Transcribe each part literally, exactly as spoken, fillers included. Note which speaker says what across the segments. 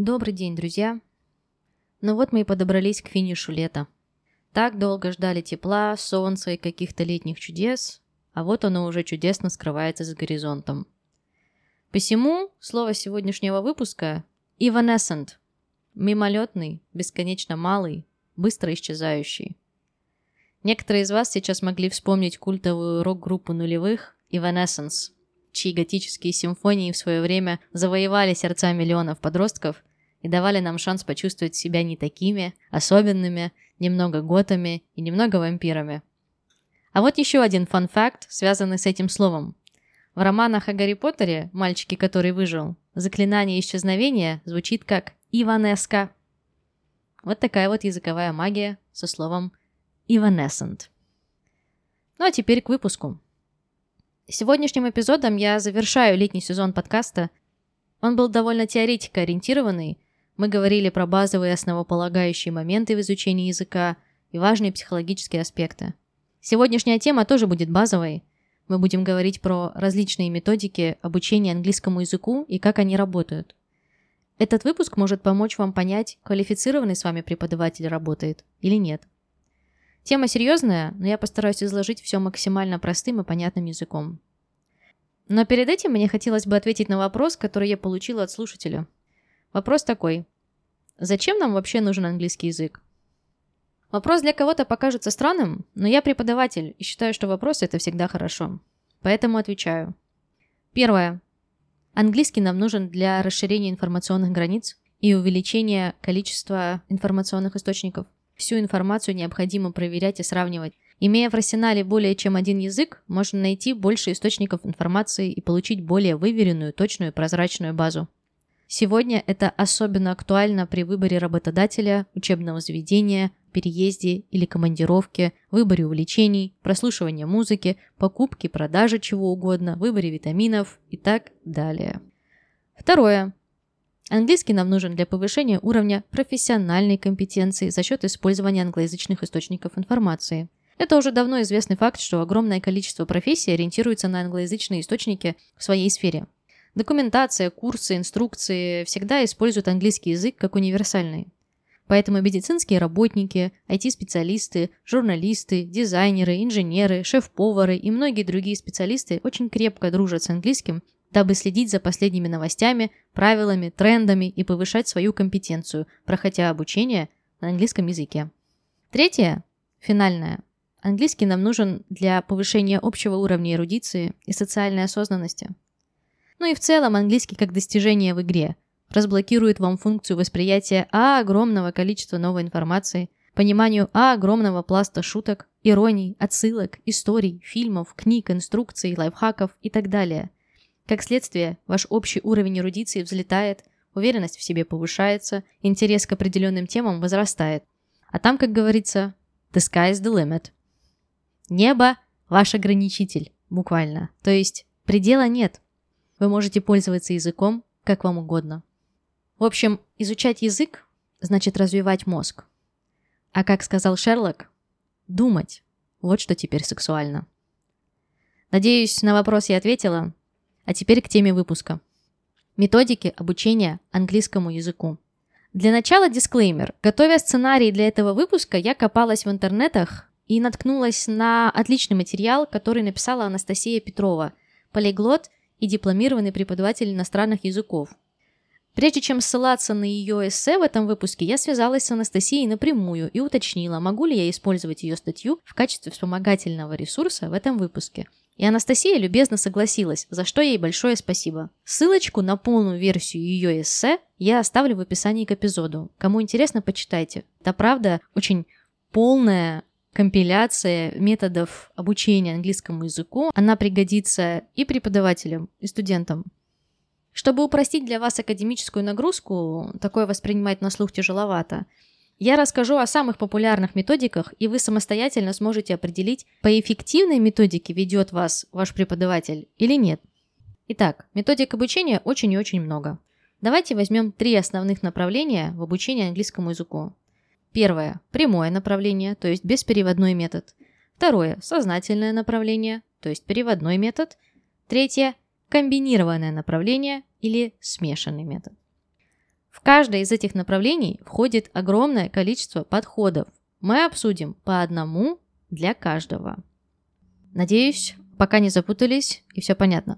Speaker 1: Добрый день, друзья! Ну вот мы и подобрались к финишу лета. Так долго ждали тепла, солнца и каких-то летних чудес, а вот оно уже чудесно скрывается за горизонтом. Посему слово сегодняшнего выпуска – evanescent – мимолетный, бесконечно малый, быстро исчезающий. Некоторые из вас сейчас могли вспомнить культовую рок-группу нулевых Evanescence, чьи готические симфонии в свое время завоевали сердца миллионов подростков и давали нам шанс почувствовать себя не такими, особенными, немного готами и немного вампирами. А вот еще один фан-факт, связанный с этим словом. В романах о Гарри Поттере «Мальчике, который выжил» заклинание исчезновения звучит как «Иванеска». Вот такая вот языковая магия со словом «evanescent». Ну а теперь к выпуску. Сегодняшним эпизодом я завершаю летний сезон подкаста. Он был довольно теоретико-ориентированный. Мы говорили про базовые основополагающие моменты в изучении языка и важные психологические аспекты. Сегодняшняя тема тоже будет базовой. Мы будем говорить про различные методики обучения английскому языку и как они работают. Этот выпуск может помочь вам понять, квалифицированный с вами преподаватель работает или нет. Тема серьезная, но я постараюсь изложить все максимально простым и понятным языком. Но перед этим мне хотелось бы ответить на вопрос, который я получила от слушателя. Вопрос такой. Зачем нам вообще нужен английский язык? Вопрос для кого-то покажется странным, но я преподаватель и считаю, что вопросы – это всегда хорошо. Поэтому отвечаю. Первое. Английский нам нужен для расширения информационных границ и увеличения количества информационных источников. Всю информацию необходимо проверять и сравнивать. Имея в арсенале более чем один язык, можно найти больше источников информации и получить более выверенную, точную и прозрачную базу. Сегодня это особенно актуально при выборе работодателя, учебного заведения, переезде или командировке, выборе увлечений, прослушивании музыки, покупке, продаже чего угодно, выборе витаминов и так далее. Второе. Английский нам нужен для повышения уровня профессиональной компетенции за счет использования англоязычных источников информации. Это уже давно известный факт, что огромное количество профессий ориентируется на англоязычные источники в своей сфере. Документация, курсы, инструкции всегда используют английский язык как универсальный. Поэтому медицинские работники, ай ти-специалисты, журналисты, дизайнеры, инженеры, шеф-повары и многие другие специалисты очень крепко дружат с английским, дабы следить за последними новостями, правилами, трендами и повышать свою компетенцию, проходя обучение на английском языке. Третье, финальное. Английский нам нужен для повышения общего уровня эрудиции и социальной осознанности. Ну и в целом английский как достижение в игре разблокирует вам функцию восприятия а огромного количества новой информации, пониманию а огромного пласта шуток, ироний, отсылок, историй, фильмов, книг, инструкций, лайфхаков и так далее. Как следствие, ваш общий уровень эрудиции взлетает, уверенность в себе повышается, интерес к определенным темам возрастает. А там, как говорится, the sky is the limit. Небо – ваш ограничитель, буквально. То есть предела нет. Вы можете пользоваться языком как вам угодно. В общем, изучать язык значит развивать мозг. А как сказал Шерлок, думать – вот что теперь сексуально. Надеюсь, на вопрос я ответила. А теперь к теме выпуска. Методики обучения английскому языку. Для начала дисклеймер. Готовя сценарий для этого выпуска, я копалась в интернетах и наткнулась на отличный материал, который написала Анастасия Петрова, полиглот и дипломированный преподаватель иностранных языков. Прежде чем ссылаться на ее эссе в этом выпуске, я связалась с Анастасией напрямую и уточнила, могу ли я использовать ее статью в качестве вспомогательного ресурса в этом выпуске. И Анастасия любезно согласилась, за что ей большое спасибо. Ссылочку на полную версию ее эссе я оставлю в описании к эпизоду. Кому интересно, почитайте. Это правда очень полная компиляция методов обучения английскому языку. Она пригодится и преподавателям, и студентам. Чтобы упростить для вас академическую нагрузку, такое воспринимать на слух тяжеловато, я расскажу о самых популярных методиках, и вы самостоятельно сможете определить, по эффективной методике ведет вас ваш преподаватель или нет. Итак, методик обучения очень и очень много. Давайте возьмем три основных направления в обучении английскому языку. Первое – прямое направление, то есть беспереводной метод. Второе – сознательное направление, то есть переводной метод. Третье – комбинированное направление или смешанный метод. В каждое из этих направлений входит огромное количество подходов. Мы обсудим по одному для каждого. Надеюсь, пока не запутались и все понятно.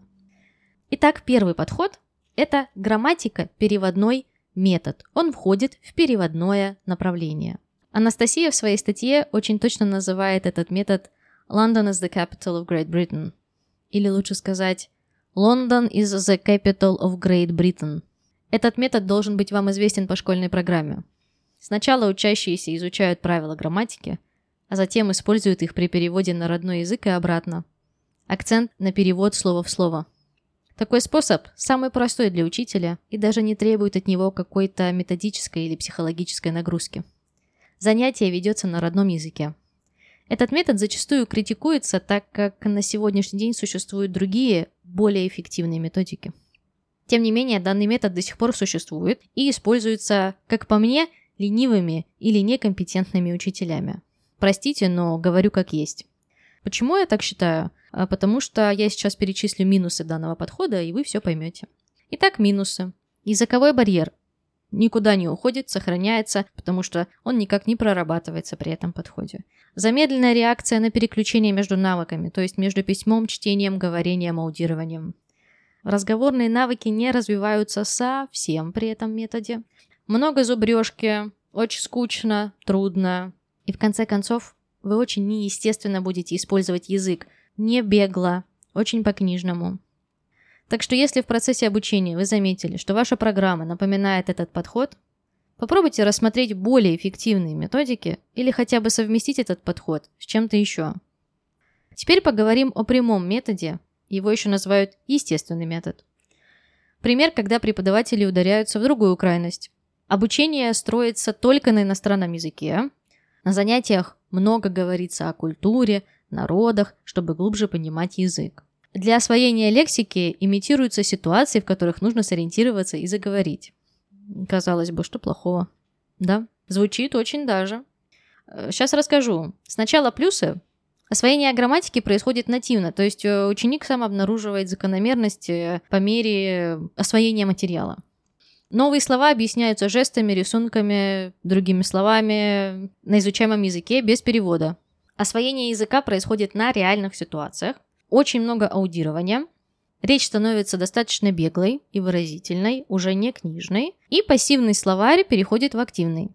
Speaker 1: Итак, первый подход – это грамматика-переводной метод. Он входит в переводное направление. Анастасия в своей статье очень точно называет этот метод «London is the capital of Great Britain». Или лучше сказать «London is the capital of Great Britain». Этот метод должен быть вам известен по школьной программе. Сначала учащиеся изучают правила грамматики, а затем используют их при переводе на родной язык и обратно. Акцент на перевод слово в слово. Такой способ самый простой для учителя и даже не требует от него какой-то методической или психологической нагрузки. Занятие ведется на родном языке. Этот метод зачастую критикуется, так как на сегодняшний день существуют другие, более эффективные методики. Тем не менее, данный метод до сих пор существует и используется, как по мне, ленивыми или некомпетентными учителями. Простите, но говорю как есть. Почему я так считаю? Потому что я сейчас перечислю минусы данного подхода, и вы все поймете. Итак, минусы. Языковой барьер никуда не уходит, сохраняется, потому что он никак не прорабатывается при этом подходе. Замедленная реакция на переключение между навыками, то есть между письмом, чтением, говорением, аудированием. Разговорные навыки не развиваются совсем при этом методе. Много зубрежки, очень скучно, трудно. И в конце концов, вы очень неестественно будете использовать язык, не бегло, очень по-книжному. Так что если в процессе обучения вы заметили, что ваша программа напоминает этот подход, попробуйте рассмотреть более эффективные методики или хотя бы совместить этот подход с чем-то еще. Теперь поговорим о прямом методе. Его еще называют естественный метод. Пример, когда преподаватели ударяются в другую крайность. Обучение строится только на иностранном языке. На занятиях много говорится о культуре, народах, чтобы глубже понимать язык. Для освоения лексики имитируются ситуации, в которых нужно сориентироваться и заговорить. Казалось бы, что плохого? Да, звучит очень даже. Сейчас расскажу. Сначала плюсы. Освоение грамматики происходит нативно, то есть ученик сам обнаруживает закономерности по мере освоения материала. Новые слова объясняются жестами, рисунками, другими словами на изучаемом языке без перевода. Освоение языка происходит на реальных ситуациях. Очень много аудирования. Речь становится достаточно беглой и выразительной, уже не книжной. И пассивный словарь переходит в активный.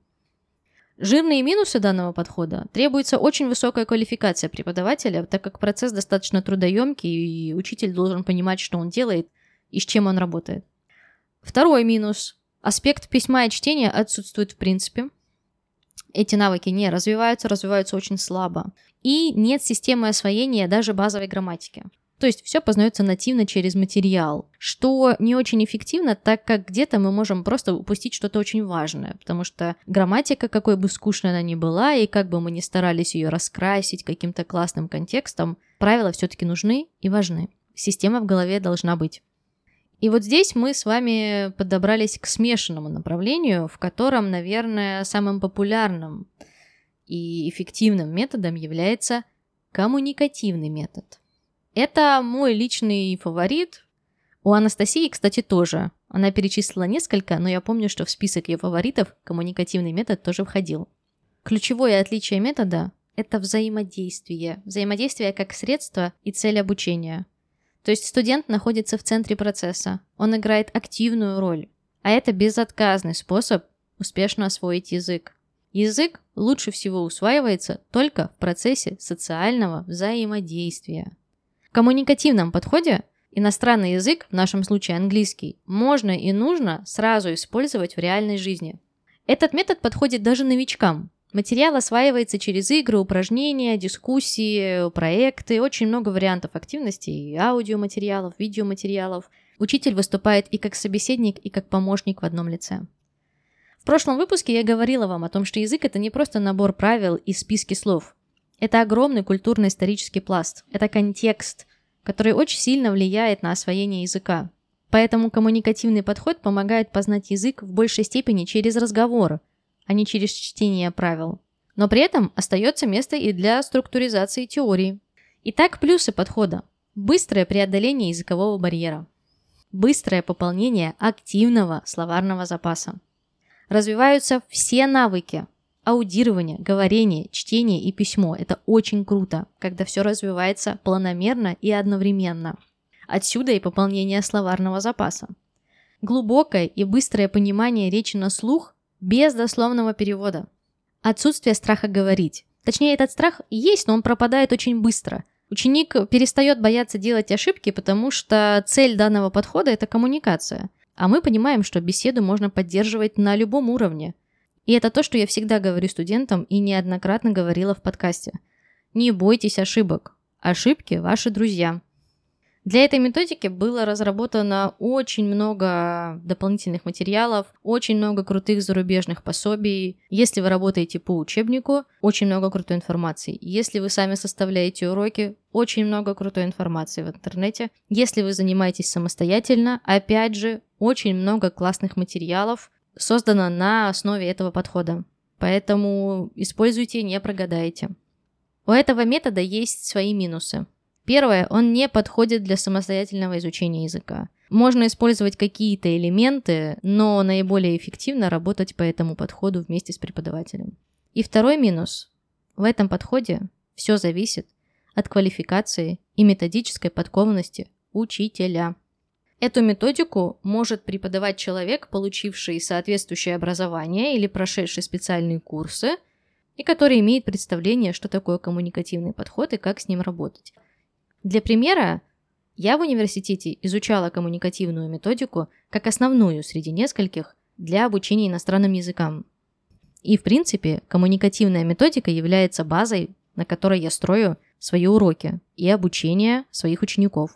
Speaker 1: Жирные минусы данного подхода. Требуется очень высокая квалификация преподавателя, так как процесс достаточно трудоемкий, и учитель должен понимать, что он делает и с чем он работает. Второй минус. Аспект письма и чтения отсутствует в принципе. Эти навыки не развиваются, развиваются очень слабо. И нет системы освоения даже базовой грамматики. То есть все познается нативно через материал, что не очень эффективно, так как где-то мы можем просто упустить что-то очень важное, потому что грамматика, какой бы скучной она ни была, и как бы мы ни старались ее раскрасить каким-то классным контекстом, правила все-таки нужны и важны. Система в голове должна быть. И вот здесь мы с вами подобрались к смешанному направлению, в котором, наверное, самым популярным и эффективным методом является коммуникативный метод. Это мой личный фаворит. У Анастасии, кстати, тоже. Она перечислила несколько, но я помню, что в список ее фаворитов коммуникативный метод тоже входил. Ключевое отличие метода – это взаимодействие. Взаимодействие как средство и цель обучения. То есть студент находится в центре процесса, он играет активную роль, а это безотказный способ успешно освоить язык. Язык лучше всего усваивается только в процессе социального взаимодействия. В коммуникативном подходе иностранный язык, в нашем случае английский, можно и нужно сразу использовать в реальной жизни. Этот метод подходит даже новичкам. Материал осваивается через игры, упражнения, дискуссии, проекты, очень много вариантов активностей, аудиоматериалов, видеоматериалов. Учитель выступает и как собеседник, и как помощник в одном лице. В прошлом выпуске я говорила вам о том, что язык – это не просто набор правил и списки слов. Это огромный культурно-исторический пласт, это контекст, который очень сильно влияет на освоение языка. Поэтому коммуникативный подход помогает познать язык в большей степени через разговор, а не через чтение правил. Но при этом остается место и для структуризации теории. Итак, плюсы подхода. Быстрое преодоление языкового барьера. Быстрое пополнение активного словарного запаса. развиваются все навыки. Аудирование, говорение, чтение и письмо – это очень круто, когда все развивается планомерно и одновременно. Отсюда и пополнение словарного запаса. Глубокое и быстрое понимание речи на слух без дословного перевода. Отсутствие страха говорить. Точнее, этот страх есть, но он пропадает очень быстро. Ученик перестает бояться делать ошибки, потому что цель данного подхода – это коммуникация. А мы понимаем, что беседу можно поддерживать на любом уровне. И это то, что я всегда говорю студентам и неоднократно говорила в подкасте. Не бойтесь ошибок. Ошибки – ваши друзья. Для этой методики было разработано очень много дополнительных материалов, очень много крутых зарубежных пособий. Если вы работаете по учебнику, очень много крутой информации. Если вы сами составляете уроки, очень много крутой информации в интернете. Если вы занимаетесь самостоятельно, опять же, очень много классных материалов создано на основе этого подхода. Поэтому используйте, не прогадаете. У этого метода есть свои минусы. Первое, он не подходит для самостоятельного изучения языка. Можно использовать какие-то элементы, но наиболее эффективно работать по этому подходу вместе с преподавателем. И второй минус. В этом подходе все зависит от квалификации и методической подкованности учителя. Эту методику может преподавать человек, получивший соответствующее образование или прошедший специальные курсы, и который имеет представление, что такое коммуникативный подход и как с ним работать. Для примера, я в университете изучала коммуникативную методику как основную среди нескольких для обучения иностранным языкам. И, в принципе, коммуникативная методика является базой, на которой я строю свои уроки и обучение своих учеников.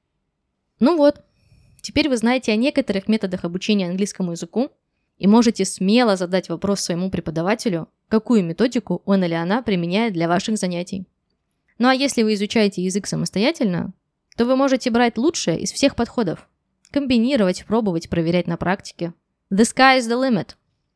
Speaker 1: Ну вот, теперь вы знаете о некоторых методах обучения английскому языку и можете смело задать вопрос своему преподавателю, какую методику он или она применяет для ваших занятий. Ну а если вы изучаете язык самостоятельно, то вы можете брать лучшее из всех подходов, комбинировать, пробовать, проверять на практике. The sky is the limit.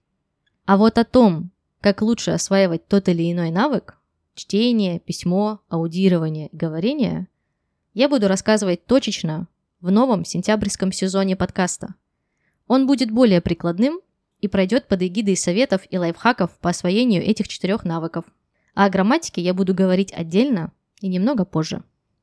Speaker 1: А вот о том, как лучше осваивать тот или иной навык, чтение, письмо, аудирование, говорение, я буду рассказывать точечно в новом сентябрьском сезоне подкаста. Он будет более прикладным и пройдет под эгидой советов и лайфхаков по освоению этих четырех навыков. А о грамматике я буду говорить отдельно и немного позже.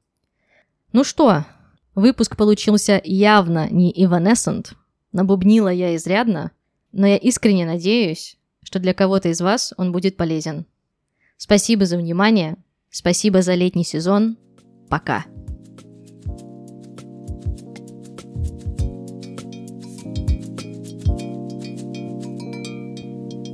Speaker 1: Ну что, выпуск получился явно не evanescent. Набубнила я изрядно, но я искренне надеюсь, что для кого-то из вас он будет полезен. Спасибо за внимание, спасибо за летний сезон. Пока!